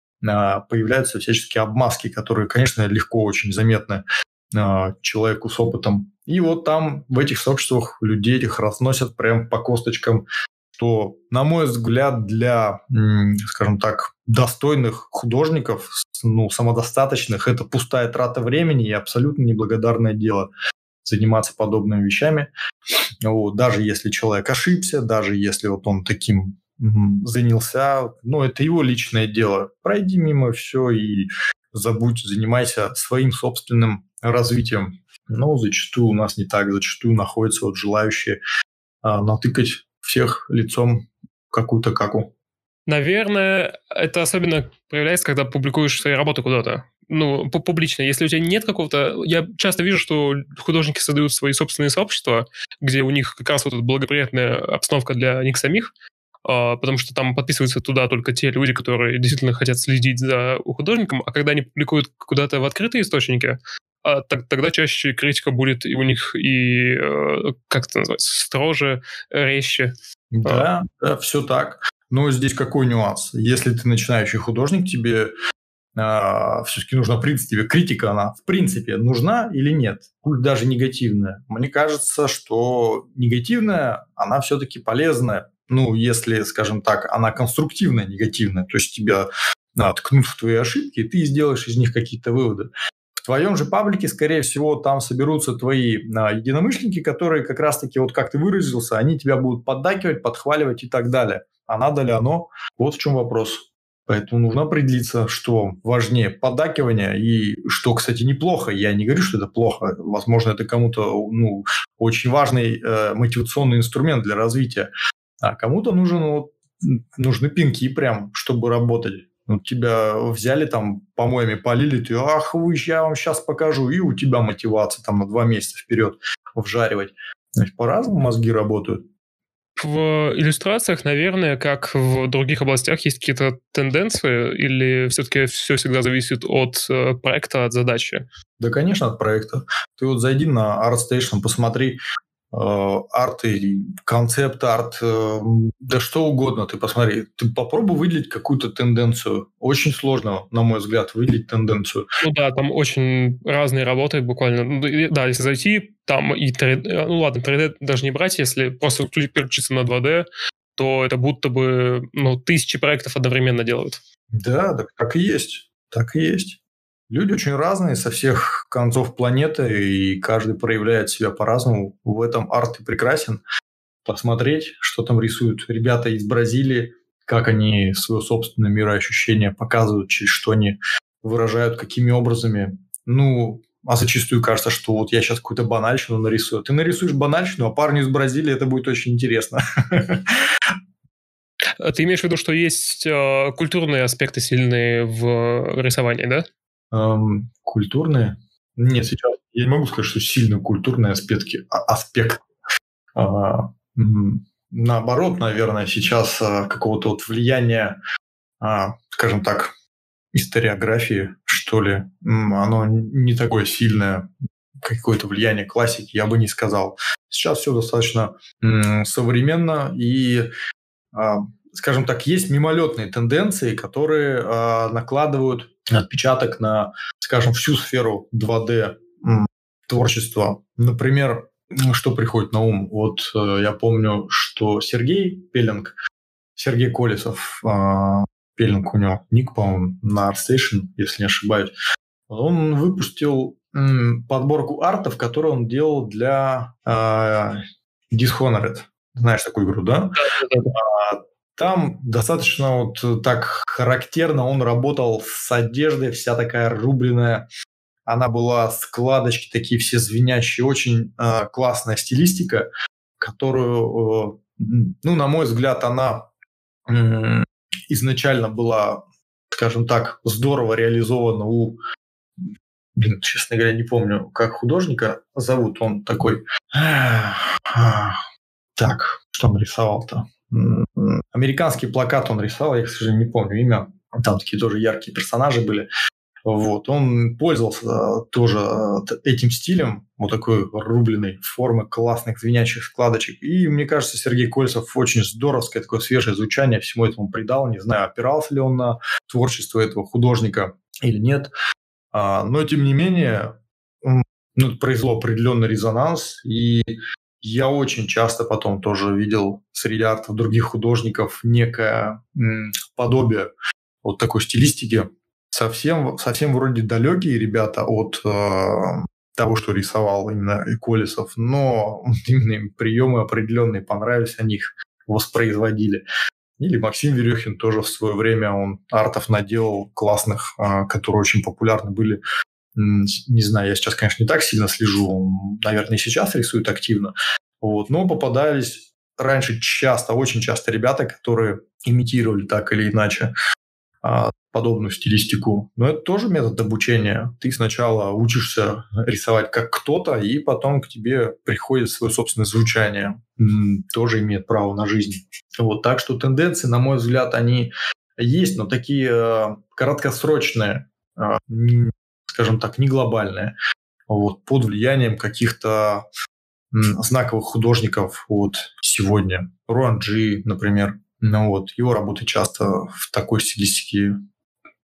А, Появляются всяческие обмазки, которые, конечно, легко очень заметны а, человеку с опытом. И вот там в этих сообществах людей этих разносят прям по косточкам, что, на мой взгляд, для, м, скажем так, достойных художников, с- ну, самодостаточных, это пустая трата времени и абсолютно неблагодарное дело заниматься подобными вещами. Вот, даже если человек ошибся, даже если вот он таким мгм, занялся, ну, это его личное дело. Пройди мимо все и забудь, занимайся своим собственным развитием. Но зачастую у нас не так, зачастую находятся вот желающие а, натыкать всех лицом в какую-то каку. Наверное, это особенно проявляется, когда публикуешь свои работы куда-то. Ну, пу- публично. Если у тебя нет какого-то... Я часто вижу, что художники создают свои собственные сообщества, где у них как раз вот эта благоприятная обстановка для них самих, а, потому что там подписываются туда только те люди, которые действительно хотят следить за художником, а когда они публикуют куда-то в открытые источники, а, так- тогда чаще критика будет и у них и, э, как это называется, строже, резче. А, Да, да, все так. Но здесь какой нюанс? Если ты начинающий художник, тебе а, все-таки нужна, в принципе, критика, она в принципе нужна или нет, пусть даже негативная. Мне кажется, что негативная, она все-таки полезная, ну, если, скажем так, она конструктивная, негативная, то есть тебя а, ткнут в твои ошибки, и ты сделаешь из них какие-то выводы. В твоем же паблике, скорее всего, там соберутся твои а, единомышленники, которые как раз-таки, вот как ты выразился, они тебя будут поддакивать, подхваливать и так далее. А надо ли оно? Вот в чем вопрос. Поэтому нужно определиться, что важнее поддакивание и что, кстати, неплохо. Я не говорю, что это плохо. Возможно, это кому-то ну, очень важный э, мотивационный инструмент для развития. А кому-то нужен, вот, нужны пинки прям, чтобы работать. Вот тебя взяли там, помоями полили, ты, ах вы, я вам сейчас покажу, и у тебя мотивация там на два месяца вперед вжаривать. То есть по-разному мозги работают. В иллюстрациях, наверное, как в других областях, есть какие-то тенденции, или все-таки все всегда зависит от э, проекта, от задачи? Да, конечно, от проекта. Ты вот зайди на ArtStation, посмотри, арты, концепт-арт, да что угодно ты посмотри. Ты попробуй выделить какую-то тенденцию. Очень сложно, на мой взгляд, выделить тенденцию. Ну да, там очень разные работы буквально. Ну, да, если зайти, там и три дэ, ну ладно, три дэ даже не брать, если просто переключиться на два дэ, то это будто бы ну, тысячи проектов одновременно делают. Да, так, так и есть. Так и есть. Люди очень разные со всех концов планеты, и каждый проявляет себя по-разному. В этом арт и прекрасен. Посмотреть, что там рисуют ребята из Бразилии, как они свое собственное мироощущение показывают, через что они выражают, какими образами. Ну, а зачастую кажется, что вот я сейчас какую-то банальщину нарисую. Ты нарисуешь банальщину, а парню из Бразилии это будет очень интересно. Ты имеешь в виду, что есть э, культурные аспекты сильные в рисовании, да? Эм, культурные? Нет, сейчас я не могу сказать, что сильно культурные аспекты. А, аспект. А, м, наоборот, наверное, сейчас а, какого-то вот влияния, а, скажем так, историографии, что ли, м, оно не такое сильное, какое-то влияние классики, я бы не сказал. Сейчас все достаточно м, современно и, а, скажем так, есть мимолетные тенденции, которые а, накладывают отпечаток на, скажем, всю сферу два дэ м, творчества. Например, м, что приходит на ум? Вот э, я помню, что Сергей Пеллинг, Сергей Колесов, а, Пеллинг у него ник, по-моему, на ArtStation, если не ошибаюсь, он выпустил м, подборку артов, которые он делал для а, Dishonored. Знаешь такую игру, да? А, Там достаточно вот так характерно он работал с одеждой, вся такая рубленная. Она была складочки такие все звенящие, очень э, классная стилистика, которую, э, ну, на мой взгляд, она э, изначально была, скажем так, здорово реализована у, блин, честно говоря, не помню, как художника зовут, он такой, так, что он рисовал-то? Американский плакат он рисовал, я, к сожалению, не помню имя. Там такие тоже яркие персонажи были. Вот. Он пользовался тоже этим стилем, вот такой рубленой формы, классных звенящих складочек. И мне кажется, Сергей Кольцев очень здоровское такое свежее звучание всему этому придал. Не знаю, опирался ли он на творчество этого художника или нет. Но, тем не менее, он, ну, произвело определенный резонанс. И я очень часто потом тоже видел среди артов других художников некое м, подобие вот такой стилистики. Совсем, совсем вроде далекие ребята от э, того, что рисовал именно Колесов, но именно им приемы определенные понравились, они их воспроизводили. Или Максим Верехин тоже в свое время, он артов наделал классных, э, которые очень популярны были. Не знаю, я сейчас, конечно, не так сильно слежу, он, наверное, и сейчас рисует активно, вот, но попадались раньше часто, очень часто ребята, которые имитировали так или иначе подобную стилистику. Но это тоже метод обучения. Ты сначала учишься рисовать как кто-то, и потом к тебе приходит свое собственное звучание. М, тоже имеет право на жизнь. Вот, так что тенденции, на мой взгляд, они есть, но такие э, краткосрочные, э, не, скажем так, не глобальные. Вот, под влиянием каких-то м, знаковых художников вот, сегодня. Руан Джи, например. Ну, вот, его работы часто в такой стилистике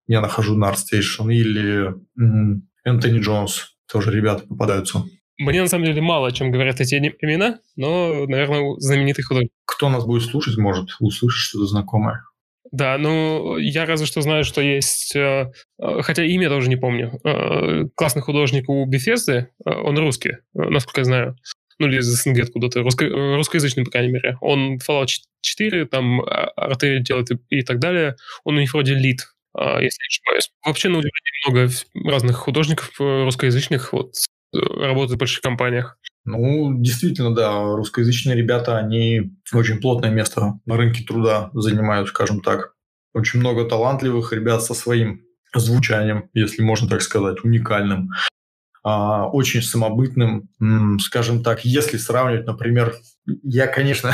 я нахожу на ArtStation, или Энтони Джонс, тоже ребята попадаются. Мне на самом деле мало о чем говорят эти имена, но, наверное, знаменитый художник. Кто нас будет слушать, может услышать что-то знакомое. Да, ну, я разве что знаю, что есть, э, хотя имя тоже не помню, э, классный художник у Bethesda, э, он русский, э, насколько я знаю, ну, или из СНГ откуда-то, русско, русскоязычный, по крайней мере. Он Fallout четыре, там, арты делает и, и так далее. Он у них вроде лид, э, если не ошибаюсь. Вообще, на удивление, много разных художников русскоязычных вот, работают в больших компаниях. Ну, действительно, да, русскоязычные ребята, они очень плотное место на рынке труда занимают, скажем так. Очень много талантливых ребят со своим звучанием, если можно так сказать, уникальным, очень самобытным, скажем так. Если сравнивать, например, я, конечно,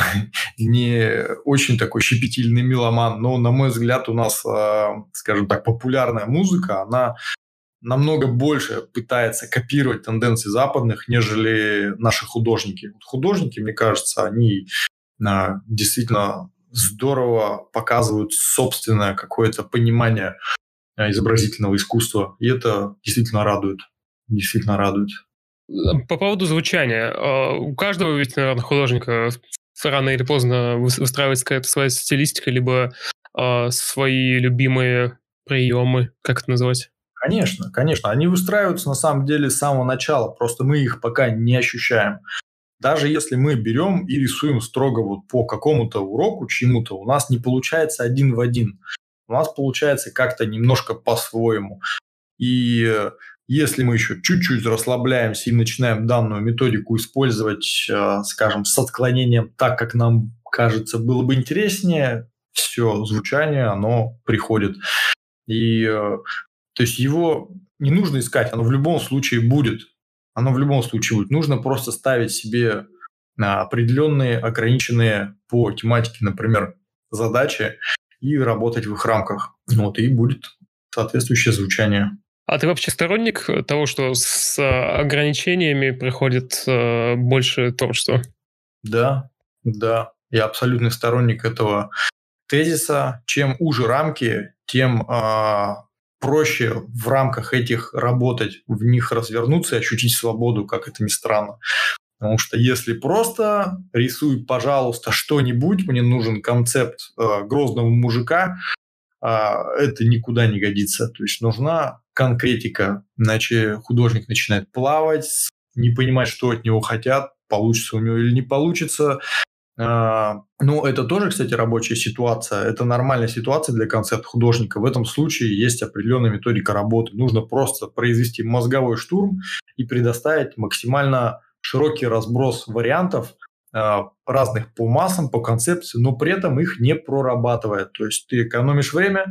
не очень такой щепетильный меломан, но, на мой взгляд, у нас, скажем так, популярная музыка, она намного больше пытается копировать тенденции западных, нежели наши художники. Художники, мне кажется, они а, действительно здорово показывают собственное какое-то понимание а, изобразительного искусства, и это действительно радует. Действительно радует. По поводу звучания. У каждого ведь, наверное, художника рано или поздно выстраивается какая-то своя стилистика, либо а, свои любимые приемы, как это называть? Конечно, конечно. Они выстраиваются на самом деле с самого начала, просто мы их пока не ощущаем. Даже если мы берем и рисуем строго вот по какому-то уроку, чему-то, у нас не получается один в один. У нас получается как-то немножко по-своему. И если мы еще чуть-чуть расслабляемся и начинаем данную методику использовать, скажем, с отклонением так, как нам кажется было бы интереснее, все, звучание, оно приходит. И... То есть его не нужно искать, оно в любом случае будет. Оно в любом случае будет. Нужно просто ставить себе определенные, ограниченные по тематике, например, задачи и работать в их рамках. Вот, и будет соответствующее звучание. А ты вообще сторонник того, что с ограничениями приходит э, больше творчества? Да, да. Я абсолютный сторонник этого тезиса. Чем уже рамки, тем... Э, проще в рамках этих работать, в них развернуться и ощутить свободу, как это ни странно. Потому что если просто рисуй, пожалуйста, что-нибудь, мне нужен концепт э, грозного мужика, э, это никуда не годится. То есть нужна конкретика, иначе художник начинает плавать, не понимать, что от него хотят, получится у него или не получится. Ну, это тоже, кстати, рабочая ситуация. Это нормальная ситуация для концепт-художника. В этом случае есть определенная методика работы. Нужно просто произвести мозговой штурм и предоставить максимально широкий разброс вариантов разных по массам, по концепции, но при этом их не прорабатывая. То есть ты экономишь время,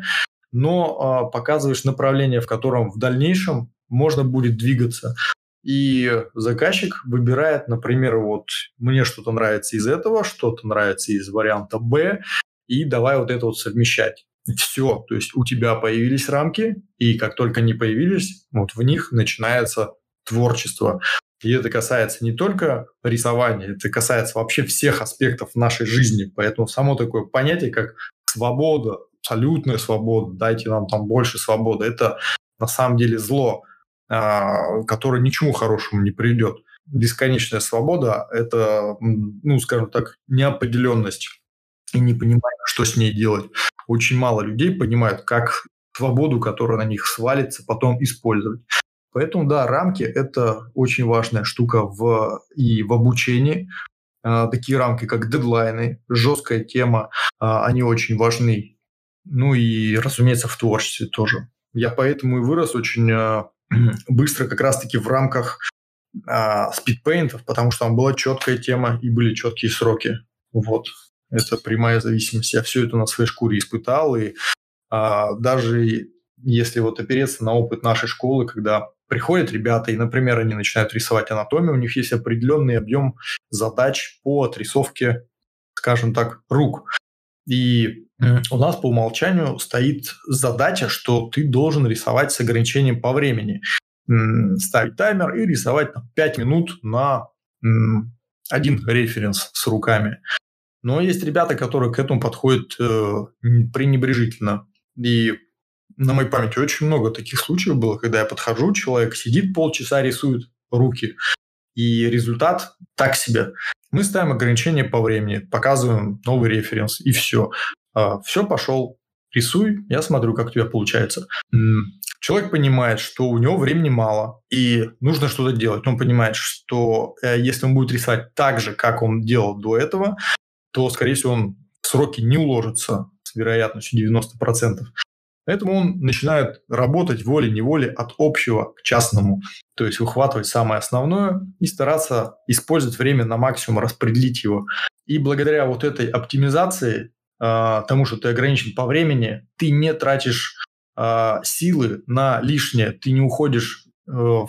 но показываешь направление, в котором в дальнейшем можно будет двигаться. И заказчик выбирает, например, вот мне что-то нравится из этого, что-то нравится из варианта Б, и давай вот это вот совмещать. Все, то есть у тебя появились рамки, и как только они появились, вот в них начинается творчество. И это касается не только рисования, это касается вообще всех аспектов нашей жизни. Поэтому само такое понятие, как свобода, абсолютная свобода, дайте нам там больше свободы, это на самом деле зло, который ничему хорошему не приведет. Бесконечная свобода – это, ну, скажем так, неопределенность и непонимание, что с ней делать. Очень мало людей понимают, как свободу, которая на них свалится, потом использовать. Поэтому, да, рамки – это очень важная штука в, и в обучении. Такие рамки, как дедлайны, жесткая тема, они очень важны. Ну и, разумеется, в творчестве тоже. Я поэтому и вырос очень быстро как раз-таки в рамках а, спидпейнтов, потому что там была четкая тема и были четкие сроки. Вот. Это прямая зависимость. Я все это на своей шкуре испытал. И а, даже если вот опереться на опыт нашей школы, когда приходят ребята, и, например, они начинают рисовать анатомию, у них есть определенный объем задач по отрисовке, скажем так, рук. И у нас по умолчанию стоит задача, что ты должен рисовать с ограничением по времени. Ставить таймер и рисовать пять минут на один референс с руками. Но есть ребята, которые к этому подходят пренебрежительно. И на моей памяти очень много таких случаев было, когда я подхожу, человек сидит полчаса, рисует руки, и результат так себе. Мы ставим ограничения по времени, показываем новый референс, и все. Все, пошел, рисуй, я смотрю, как у тебя получается. Человек понимает, что у него времени мало, и нужно что-то делать. Он понимает, что если он будет рисовать так же, как он делал до этого, то, скорее всего, он в сроки не уложится с вероятностью девяносто процентов. Поэтому он начинает работать волей-неволей от общего к частному. То есть выхватывать самое основное и стараться использовать время на максимум, распределить его. И благодаря вот этой оптимизации, э, тому, что ты ограничен по времени, ты не тратишь э, силы на лишнее, ты не уходишь э,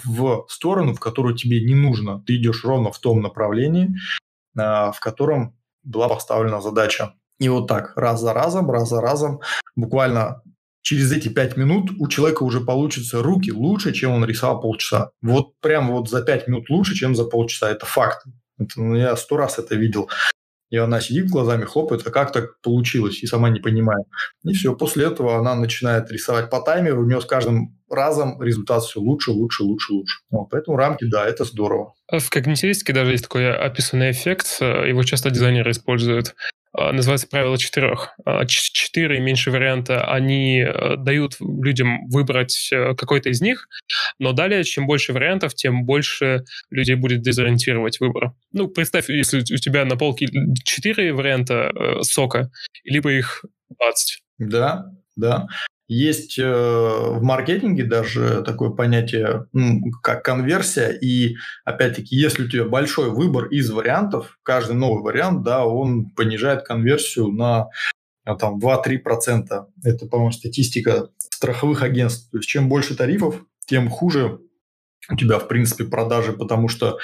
в сторону, в которую тебе не нужно. Ты идешь ровно в том направлении, э, в котором была поставлена задача. И вот так, раз за разом, раз за разом, буквально через эти пять минут у человека уже получатся руки лучше, чем он рисовал полчаса. Вот прям вот за пять минут лучше, чем за полчаса. Это факт. Это, ну, я сто раз это видел. И она сидит, глазами хлопает, а как так получилось, и сама не понимает. И все, после этого она начинает рисовать по таймеру, у нее с каждым разом результат все лучше, лучше, лучше, лучше. Вот, поэтому рамки, да, это здорово. В когнитивистике даже есть такой описанный эффект, его часто дизайнеры используют. Называется правило четырех. Четыре меньше варианта, они дают людям выбрать какой-то из них, но далее, чем больше вариантов, тем больше людей будет дезориентировать выбор. Ну, представь, если у тебя на полке четыре варианта сока, либо их двадцать. Да, да. Есть э, в маркетинге даже такое понятие, ну, как конверсия, и опять-таки, если у тебя большой выбор из вариантов, каждый новый вариант, да, он понижает конверсию на там, два-три процента. Это, по-моему, статистика страховых агентств. То есть чем больше тарифов, тем хуже у тебя, в принципе, продажи, потому что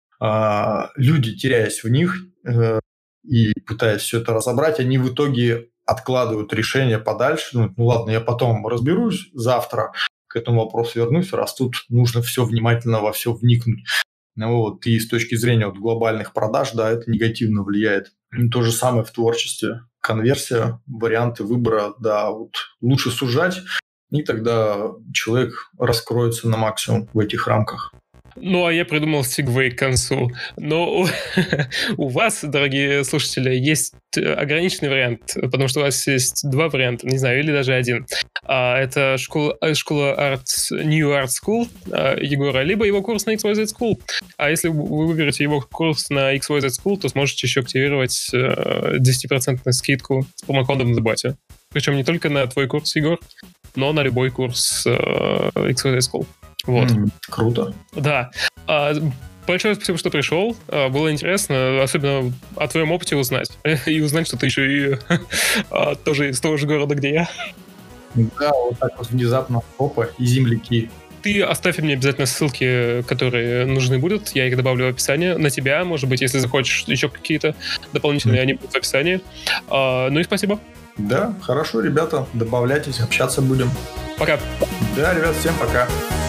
э, люди, теряясь в них э, и пытаясь все это разобрать, они в итоге откладывают решение подальше. Ну, ну ладно, я потом разберусь, завтра к этому вопросу вернусь, раз тут нужно все внимательно во все вникнуть. Ну, вот, и с точки зрения вот, глобальных продаж, да, это негативно влияет. И то же самое в творчестве. Конверсия, варианты выбора, да, вот лучше сужать, и тогда человек раскроется на максимум в этих рамках. Ну, а я придумал сегвей к концу. Но у, у вас, дорогие слушатели, есть ограниченный вариант, потому что у вас есть два варианта, не знаю, или даже один. А, это школа, школа Art, New Art School а, Егора, либо его курс на икс уай зет School. А если вы выберете его курс на икс уай зет School, то сможете еще активировать а, десять процентов скидку с промокодом Дебате. Причем не только на твой курс, Егор, но на любой курс а, икс уай зет School. Вот. Mm, круто. Да. А, большое спасибо, что пришел. А, было интересно, особенно о твоем опыте узнать. И узнать, что ты еще и а, тоже из того же города, где я. Да, вот так вот внезапно, опа, и земляки. Ты оставь мне обязательно ссылки, которые нужны будут. Я их добавлю в описание. На тебя, может быть, если захочешь еще какие-то дополнительные, mm. они будут в описании. А, ну и спасибо. Да, хорошо, ребята, добавляйтесь, общаться будем. Пока. Да, ребят, всем пока.